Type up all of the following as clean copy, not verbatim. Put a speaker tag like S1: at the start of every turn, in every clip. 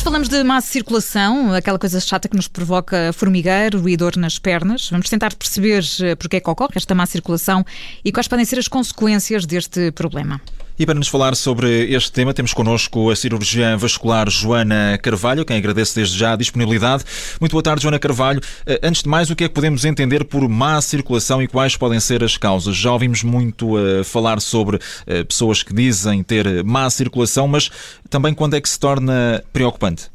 S1: falamos de má circulação, aquela coisa chata que nos provoca formigueiro e dor nas pernas. Vamos tentar perceber porque é que ocorre esta má circulação e quais podem ser as consequências deste problema.
S2: E para nos falar sobre este tema, temos connosco a cirurgiã vascular Joana Carvalho, quem agradeço desde já a disponibilidade. Muito boa tarde, Joana Carvalho. Antes de mais, o que é que podemos entender por má circulação e quais podem ser as causas? Já ouvimos muito falar sobre pessoas que dizem ter má circulação, mas também quando é que se torna preocupante?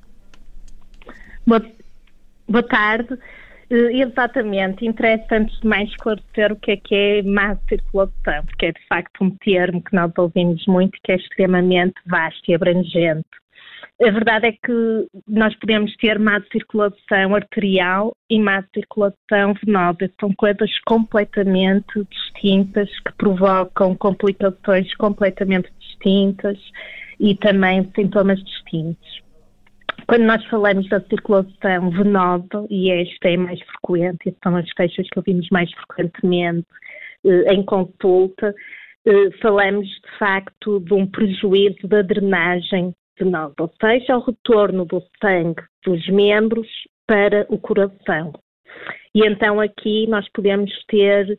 S3: Boa tarde. Exatamente, interessa antes de mais esclarecer o que é má circulação, porque é de facto um termo que nós ouvimos muito e que é extremamente vasto e abrangente. A verdade é que nós podemos ter má circulação arterial e má circulação venosa, são coisas completamente distintas que provocam complicações completamente distintas e também sintomas distintos. Quando nós falamos da circulação venosa, e esta é mais frequente, e são as queixas que ouvimos mais frequentemente em consulta, falamos de facto de um prejuízo da drenagem venosa, ou seja, o retorno do sangue dos membros para o coração. E então aqui nós podemos ter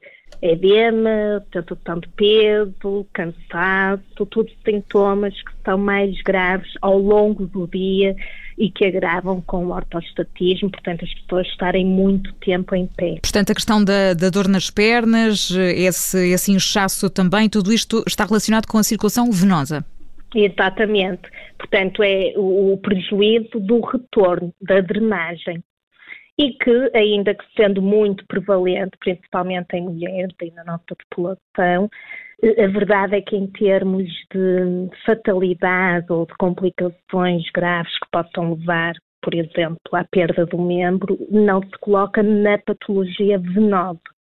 S3: edema, sensação de peso, cansaço, tudo sintomas que são mais graves ao longo do dia e que agravam com o ortostatismo, portanto as pessoas estarem muito tempo em pé.
S1: Portanto, a questão da dor nas pernas, esse inchaço também, tudo isto está relacionado com a circulação venosa?
S3: Exatamente. Portanto, é o prejuízo do retorno, da drenagem. E que, ainda que sendo muito prevalente, principalmente em mulheres e na nossa população, a verdade é que em termos de fatalidade ou de complicações graves que possam levar, por exemplo, à perda do membro, não se coloca na patologia venosa.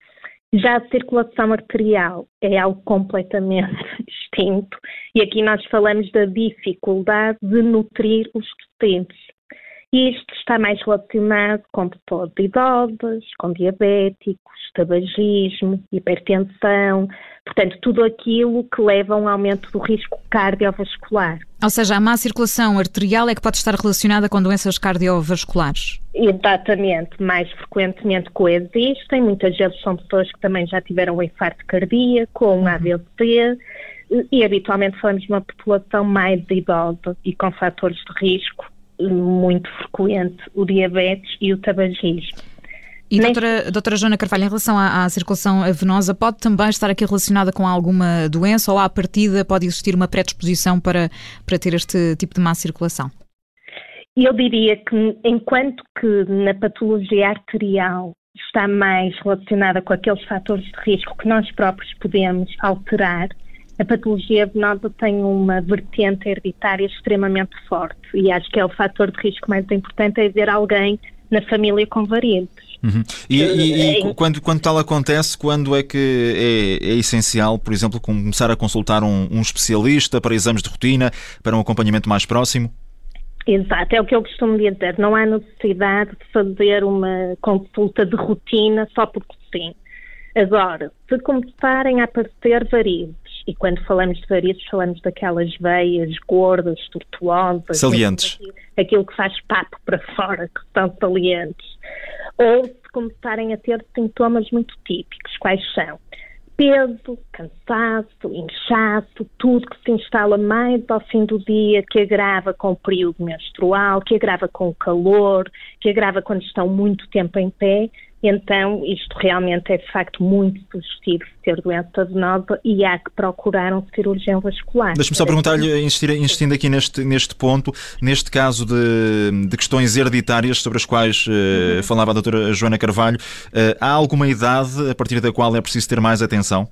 S3: Já a circulação arterial é algo completamente distinto e aqui nós falamos da dificuldade de nutrir os tecidos. E isto está mais relacionado com pessoas idosas, com diabéticos, tabagismo, hipertensão, portanto, tudo aquilo que leva a um aumento do risco cardiovascular.
S1: Ou seja, a má circulação arterial é que pode estar relacionada com doenças cardiovasculares?
S3: Exatamente, mais frequentemente coexistem, muitas vezes são pessoas que também já tiveram um infarto cardíaco ou um AVC e habitualmente falamos de uma população mais idosa e com fatores de risco muito frequente, o diabetes e o tabagismo.
S1: E doutora Joana Carvalho, em relação à circulação venosa, pode também estar aqui relacionada com alguma doença ou à partida pode existir uma predisposição para ter este tipo de má circulação?
S3: Eu diria que enquanto que na patologia arterial está mais relacionada com aqueles fatores de risco que nós próprios podemos alterar, a patologia venosa tem uma vertente hereditária extremamente forte e acho que é o fator de risco mais importante é ver alguém na família com variantes.
S2: Uhum. E quando tal acontece, quando é que é essencial, por exemplo, começar a consultar um especialista para exames de rotina, para um acompanhamento mais próximo?
S3: Exato, é o que eu costumo dizer, não há necessidade de fazer uma consulta de rotina só porque sim. Agora, se começarem a aparecer varizes, e quando falamos de varizes falamos daquelas veias gordas, tortuosas,
S2: salientes,
S3: aquilo que faz papo para fora, que são salientes, ou se começarem a ter sintomas muito típicos, quais são? Peso, cansaço, inchaço, tudo que se instala mais ao fim do dia, que agrava com o período menstrual, que agrava com o calor, que agrava quando estão muito tempo em pé, então isto realmente é de facto muito sugestivo de ter doença venosa e há que procurar um cirurgião vascular.
S2: Deixe-me só perguntar-lhe, insistindo aqui neste ponto, neste caso de questões hereditárias sobre as quais falava a doutora Joana Carvalho, há alguma idade a partir da qual é preciso ter mais atenção?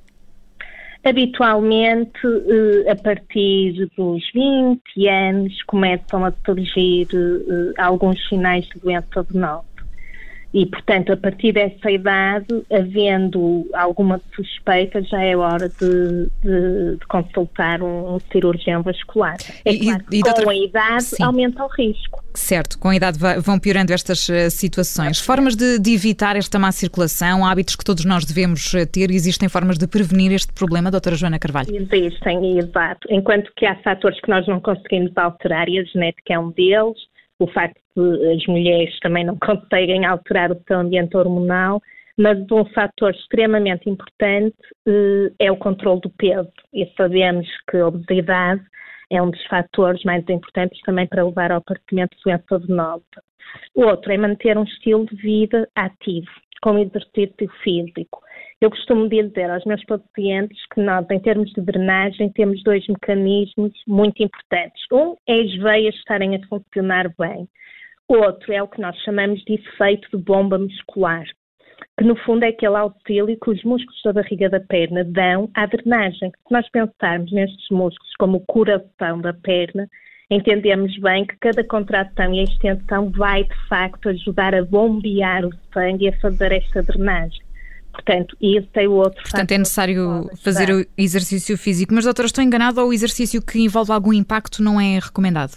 S3: Habitualmente, a partir dos 20 anos, começam a surgir alguns sinais de doença venosa. E, portanto, a partir dessa idade, havendo alguma suspeita, já é hora de consultar um cirurgião vascular. Claro que com a idade aumenta o risco.
S1: Certo, com a idade vão piorando estas situações. Formas de evitar esta má circulação, hábitos que todos nós devemos ter, existem formas de prevenir este problema, doutora Joana Carvalho?
S3: Existem, exato. Enquanto que há fatores que nós não conseguimos alterar, e a genética é um deles, o facto de as mulheres também não conseguem alterar o seu ambiente hormonal, mas um fator extremamente importante é o controle do peso. E sabemos que a obesidade é um dos fatores mais importantes também para levar ao aparecimento de doença venosa. O outro é manter um estilo de vida ativo, com exercício físico. Eu costumo dizer aos meus pacientes que nós, em termos de drenagem, temos 2 mecanismos muito importantes. Um é as veias estarem a funcionar bem. Outro é o que nós chamamos de efeito de bomba muscular, que no fundo é aquele auxílio que os músculos da barriga da perna dão à drenagem. Se nós pensarmos nestes músculos como o coração da perna, entendemos bem que cada contração e extensão vai, de facto, ajudar a bombear o sangue e a fazer esta drenagem. Portanto, esse é o outro fator.
S1: Portanto, é necessário fazer o exercício físico. Mas, doutora, estou enganada ou o exercício que envolve algum impacto não é recomendado?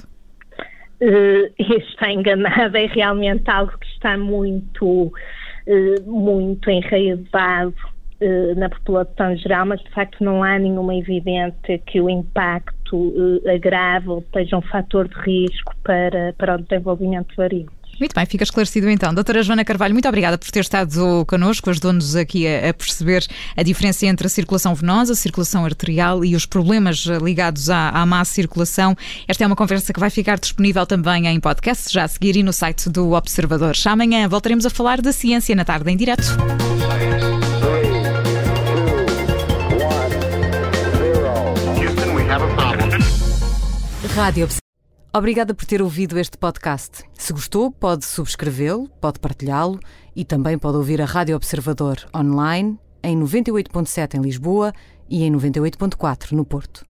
S3: Está enganada, é realmente algo que está muito enraizado na população geral, mas de facto não há nenhuma evidência que o impacto agrave ou seja um fator de risco para o desenvolvimento varíola.
S1: Muito bem, fica esclarecido então. Doutora Joana Carvalho, muito obrigada por ter estado connosco, ajudou-nos aqui a perceber a diferença entre a circulação venosa, a circulação arterial e os problemas ligados à má circulação. Esta é uma conversa que vai ficar disponível também em podcast, já a seguir e no site do Observador. Já amanhã voltaremos a falar da ciência na tarde em direto. Rádio Observador. Obrigada por ter ouvido este podcast. Se gostou, pode subscrevê-lo, pode partilhá-lo e também pode ouvir a Rádio Observador online em 98.7 em Lisboa e em 98.4 no Porto.